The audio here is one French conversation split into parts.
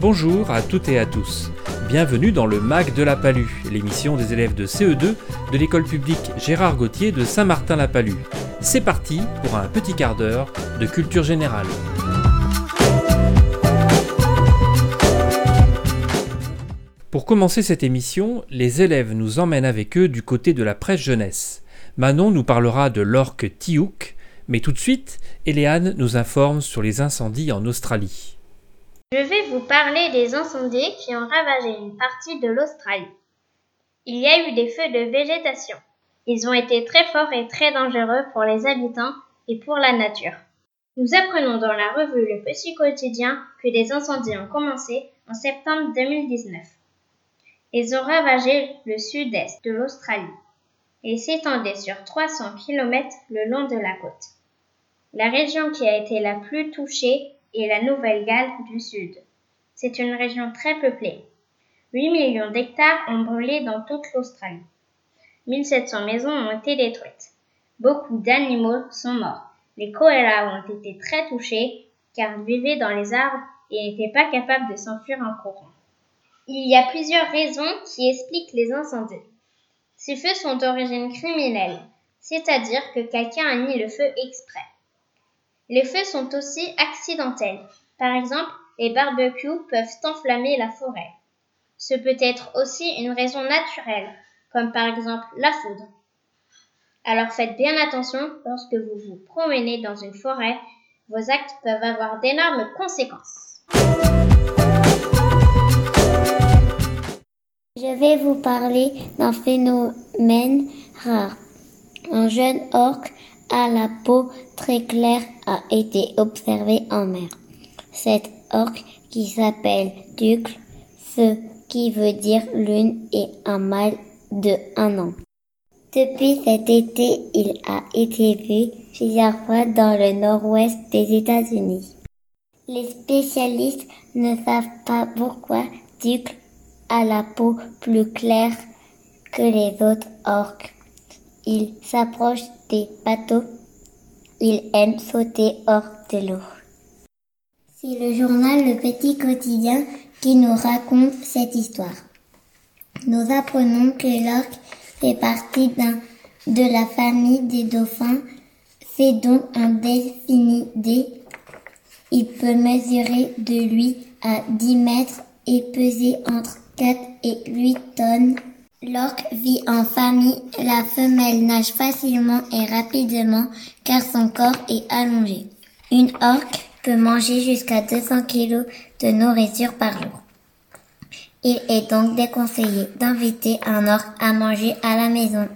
Bonjour à toutes et à tous. Bienvenue dans le MAG de la Palue, l'émission des élèves de CE2 de l'école publique Gérard Gautier de Saint-Martin-la-Palue. C'est parti pour un petit quart d'heure de culture générale. Pour commencer cette émission, les élèves nous emmènent avec eux du côté de la presse jeunesse. Manon nous parlera de l'orque Tiouk, mais tout de suite, Éléane nous informe sur les incendies en Australie. Je vais vous parler des incendies qui ont ravagé une partie de l'Australie. Il y a eu des feux de végétation. Ils ont été très forts et très dangereux pour les habitants et pour la nature. Nous apprenons dans la revue Le Petit Quotidien que des incendies ont commencé en septembre 2019. Ils ont ravagé le sud-est de l'Australie et s'étendaient sur 300 km le long de la côte. La région qui a été la plus touchée est la Nouvelle-Galles du Sud. C'est une région très peuplée. 8 millions d'hectares ont brûlé dans toute l'Australie. 1700 maisons ont été détruites. Beaucoup d'animaux sont morts. Les koalas ont été très touchés car ils vivaient dans les arbres et n'étaient pas capables de s'enfuir en courant. Il y a plusieurs raisons qui expliquent les incendies. Ces feux sont d'origine criminelle, c'est-à-dire que quelqu'un a mis le feu exprès. Les feux sont aussi accidentels. Par exemple, les barbecues peuvent enflammer la forêt. Ce peut être aussi une raison naturelle, comme par exemple la foudre. Alors faites bien attention lorsque vous vous promenez dans une forêt, vos actes peuvent avoir d'énormes conséquences. Je vais vous parler d'un phénomène rare. Un jeune orque à la peau très claire a été observé en mer. Cet orque, qui s'appelle Ducle, ce qui veut dire lune, est un mâle de 1 an. Depuis cet été, il a été vu plusieurs fois dans le nord-ouest des États-Unis. Les spécialistes ne savent pas pourquoi Ducle a la peau plus claire que les autres orques. Il s'approche des bateaux. Il aime sauter hors de l'eau. C'est le journal Le Petit Quotidien qui nous raconte cette histoire. Nous apprenons que l'orque fait partie de la famille des dauphins. C'est donc un delphinidé. Il peut mesurer de 8 à 10 mètres et peser entre 4 et 8 tonnes. L'orque vit en famille. La femelle nage facilement et rapidement car son corps est allongé. Une orque peut manger jusqu'à 200 kg de nourriture par jour. Il est donc déconseillé d'inviter un orque à manger à la maison.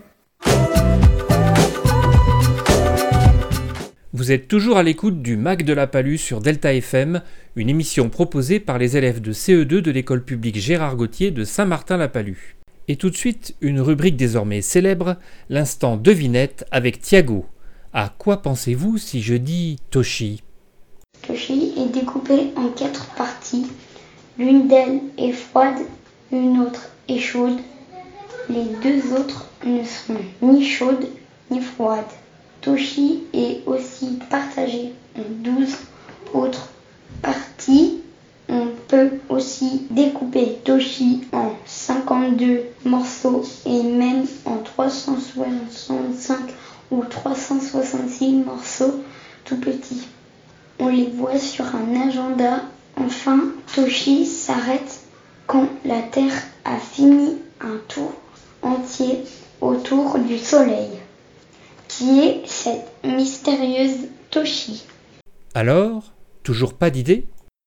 Vous êtes toujours à l'écoute du MAG de la Palue sur Delta FM, une émission proposée par les élèves de CE2 de l'école publique Gérard Gautier de Saint-Martin-la-Palue. Et tout de suite, une rubrique désormais célèbre, l'instant devinette avec Thiago. À quoi pensez-vous si je dis Toshi ? Toshi est découpé en 4 parties. L'une d'elles est froide, une autre est chaude. Les 2 autres ne sont ni chaudes ni froides. Toshi est aussi partagé en 12 autres parties. On peut aussi découper Toshi en 52 morceaux et même en 365 ou 366 morceaux tout petits. On les voit sur un agenda. Enfin, Toshi s'arrête quand la Terre a fini un tour entier autour du Soleil. Qui est cette mystérieuse Toshi ? Alors, toujours pas d'idée ?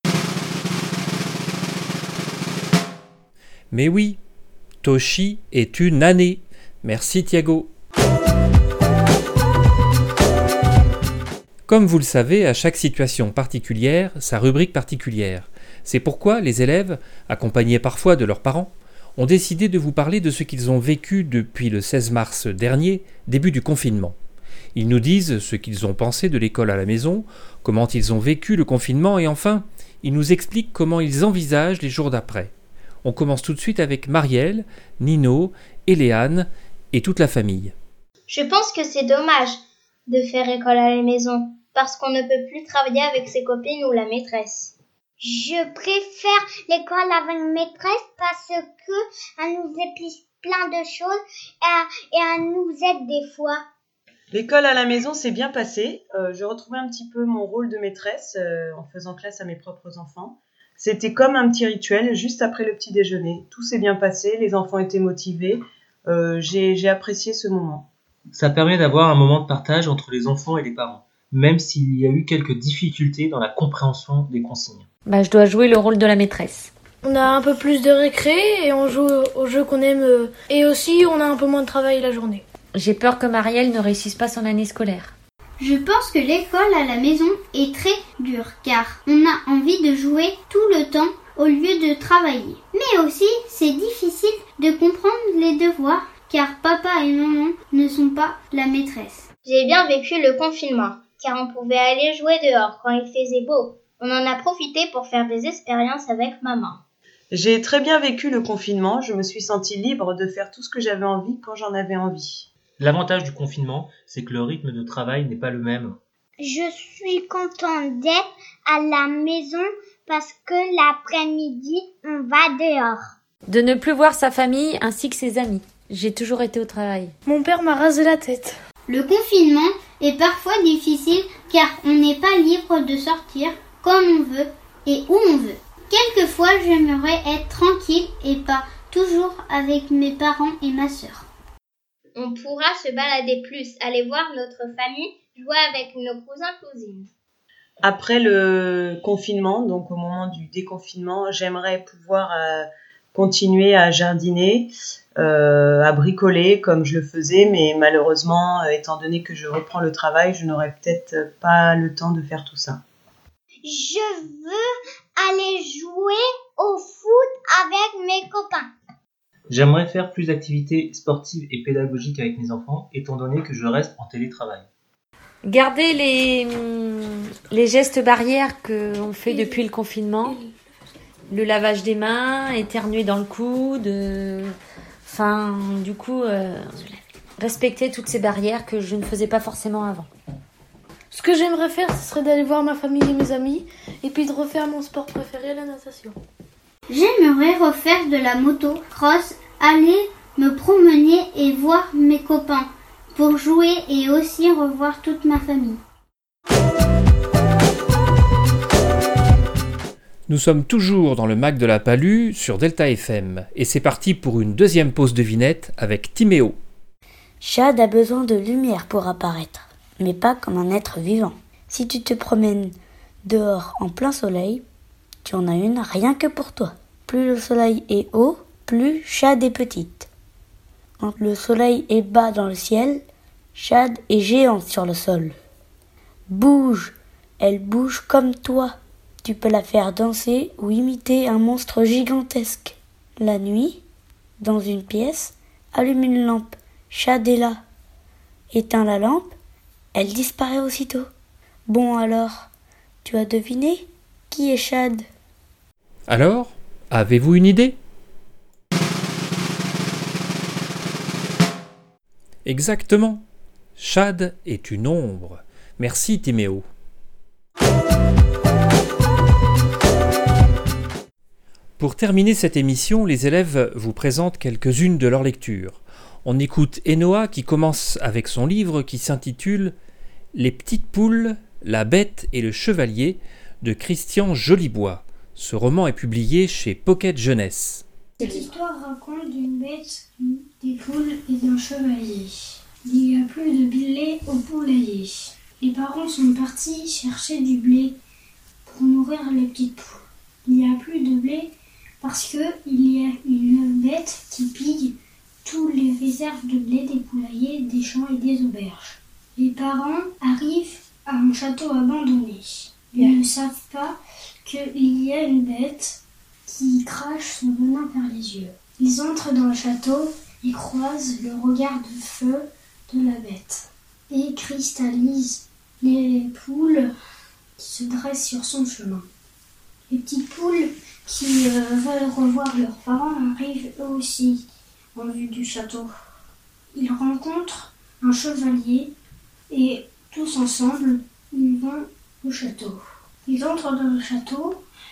Mais oui, Toshi est une année. Merci Thiago. Comme vous le savez, à chaque situation particulière, sa rubrique particulière. C'est pourquoi les élèves, accompagnés parfois de leurs parents, ont décidé de vous parler de ce qu'ils ont vécu depuis le 16 mars dernier, début du confinement. Ils nous disent ce qu'ils ont pensé de l'école à la maison, comment ils ont vécu le confinement et enfin, ils nous expliquent comment ils envisagent les jours d'après. On commence tout de suite avec Marielle, Nino, Éléane et toute la famille. Je pense que c'est dommage de faire école à la maison parce qu'on ne peut plus travailler avec ses copines ou la maîtresse. Je préfère l'école avec maîtresse parce que elle nous explique plein de choses et elle nous aide des fois. L'école à la maison s'est bien passée. Je retrouvais un petit peu mon rôle de maîtresse en faisant classe à mes propres enfants. C'était comme un petit rituel juste après le petit déjeuner. Tout s'est bien passé, les enfants étaient motivés. J'ai apprécié ce moment. Ça permet d'avoir un moment de partage entre les enfants et les parents, même s'il y a eu quelques difficultés dans la compréhension des consignes. Je dois jouer le rôle de la maîtresse. On a un peu plus de récré et on joue aux jeux qu'on aime. Et aussi, on a un peu moins de travail la journée. J'ai peur que Marielle ne réussisse pas son année scolaire. Je pense que l'école à la maison est très dure car on a envie de jouer tout le temps au lieu de travailler. Mais aussi, c'est difficile de comprendre les devoirs car papa et maman ne sont pas la maîtresse. J'ai bien vécu le confinement car on pouvait aller jouer dehors quand il faisait beau. On en a profité pour faire des expériences avec maman. J'ai très bien vécu le confinement. Je me suis sentie libre de faire tout ce que j'avais envie quand j'en avais envie. L'avantage du confinement, c'est que le rythme de travail n'est pas le même. Je suis contente d'être à la maison parce que l'après-midi, on va dehors. De ne plus voir sa famille ainsi que ses amis. J'ai toujours été au travail. Mon père m'a rasé la tête. Le confinement est parfois difficile car on n'est pas libre de sortir comme on veut et où on veut. Quelquefois, j'aimerais être tranquille et pas toujours avec mes parents et ma sœur. On pourra se balader plus, aller voir notre famille, jouer avec nos cousins-cousines. Après le confinement, donc au moment du déconfinement, j'aimerais pouvoir continuer à jardiner, à bricoler comme je le faisais, mais malheureusement, étant donné que je reprends le travail, je n'aurai peut-être pas le temps de faire tout ça. Je veux aller jouer au foot avec mes copains. J'aimerais faire plus d'activités sportives et pédagogiques avec mes enfants, étant donné que je reste en télétravail. Garder les gestes barrières qu'on fait depuis le confinement. Le lavage des mains, éternuer dans le coude. Respecter toutes ces barrières que je ne faisais pas forcément avant. Ce que j'aimerais faire, ce serait d'aller voir ma famille et mes amis, et puis de refaire mon sport préféré, la natation. J'aimerais refaire de la moto-cross, aller me promener et voir mes copains pour jouer et aussi revoir toute ma famille. Nous sommes toujours dans le Mac de la Palue sur Delta FM et c'est parti pour une deuxième pause devinette avec Timéo. Chad a besoin de lumière pour apparaître, mais pas comme un être vivant. Si tu te promènes dehors en plein soleil, tu en as une rien que pour toi. Plus le soleil est haut, plus Chad est petite. Quand le soleil est bas dans le ciel, Chad est géante sur le sol. Bouge, elle bouge comme toi. Tu peux la faire danser ou imiter un monstre gigantesque. La nuit, dans une pièce, allume une lampe. Chad est là. Éteins la lampe, elle disparaît aussitôt. Bon alors, tu as deviné qui est Chad ? Alors, avez-vous une idée ? Exactement. Chad est une ombre. Merci Timéo. Pour terminer cette émission, les élèves vous présentent quelques-unes de leurs lectures. On écoute Enoa qui commence avec son livre qui s'intitule « Les petites poules, la bête et le chevalier » de Christian Jolibois. Ce roman est publié chez Pocket Jeunesse. Cette histoire raconte d'une bête, des poules et d'un chevalier. Il n'y a plus de blé au poulailler. Les parents sont partis chercher du blé pour nourrir les petites poules. Il n'y a plus de blé parce qu'il y a une bête qui pille tous les réserves de blé des poulaillers, des champs et des auberges. Les parents arrivent à un château abandonné. Ils ne savent pas qu'il y a une bête qui crache son venin par les yeux. Ils entrent dans le château et croisent le regard de feu de la bête et cristallisent les poules qui se dressent sur son chemin. Les petites poules qui veulent revoir leurs parents arrivent eux aussi en vue du château. Ils rencontrent un chevalier et tous ensemble, ils vont au château. Ils entrent dans le château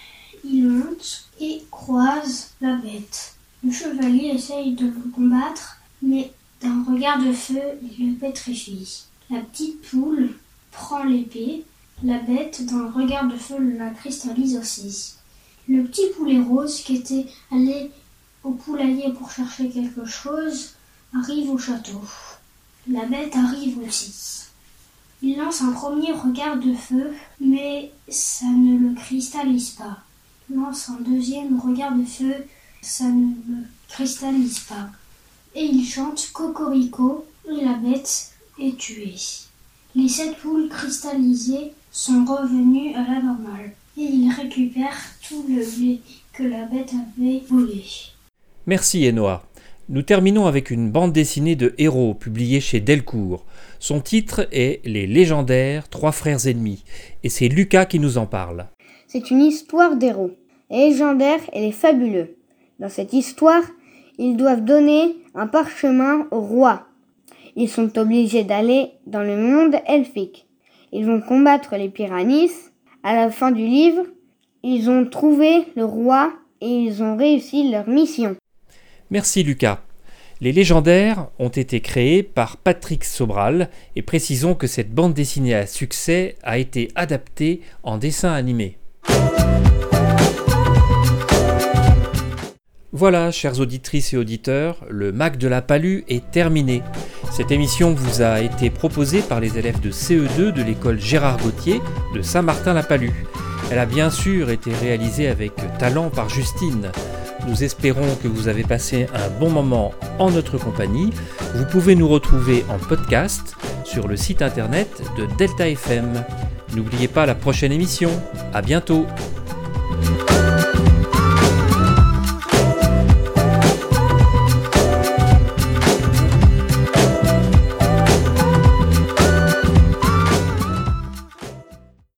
Il monte et croise la bête. Le chevalier essaye de le combattre, mais d'un regard de feu, il le pétrifie. La petite poule prend l'épée. La bête, d'un regard de feu, la cristallise aussi. Le petit poulet rose, qui était allé au poulailler pour chercher quelque chose, arrive au château. La bête arrive aussi. Il lance un premier regard de feu, mais ça ne le cristallise pas. Il lance un deuxième regard de feu, ça ne le cristallise pas. Et il chante Cocorico, et la bête est tuée. Les 7 poules cristallisées sont revenues à la normale, et il récupère tout le blé que la bête avait volé. Merci Enoa. Nous terminons avec une bande dessinée de héros publiée chez Delcourt. Son titre est Les légendaires 3 frères ennemis, et c'est Lucas qui nous en parle. C'est une histoire d'héros. Les légendaires et les fabuleux. Dans cette histoire, ils doivent donner un parchemin au roi. Ils sont obligés d'aller dans le monde elfique. Ils vont combattre les Pyranis. À la fin du livre, ils ont trouvé le roi et ils ont réussi leur mission. Merci Lucas. Les légendaires ont été créés par Patrick Sobral et précisons que cette bande dessinée à succès a été adaptée en dessin animé. Voilà, chères auditrices et auditeurs, le Mac de la Palue est terminé. Cette émission vous a été proposée par les élèves de CE2 de l'école Gérard Gauthier de Saint-Martin-la-Palue. Elle a bien sûr été réalisée avec talent par Justine. Nous espérons que vous avez passé un bon moment en notre compagnie. Vous pouvez nous retrouver en podcast sur le site internet de Delta FM. N'oubliez pas la prochaine émission. À bientôt.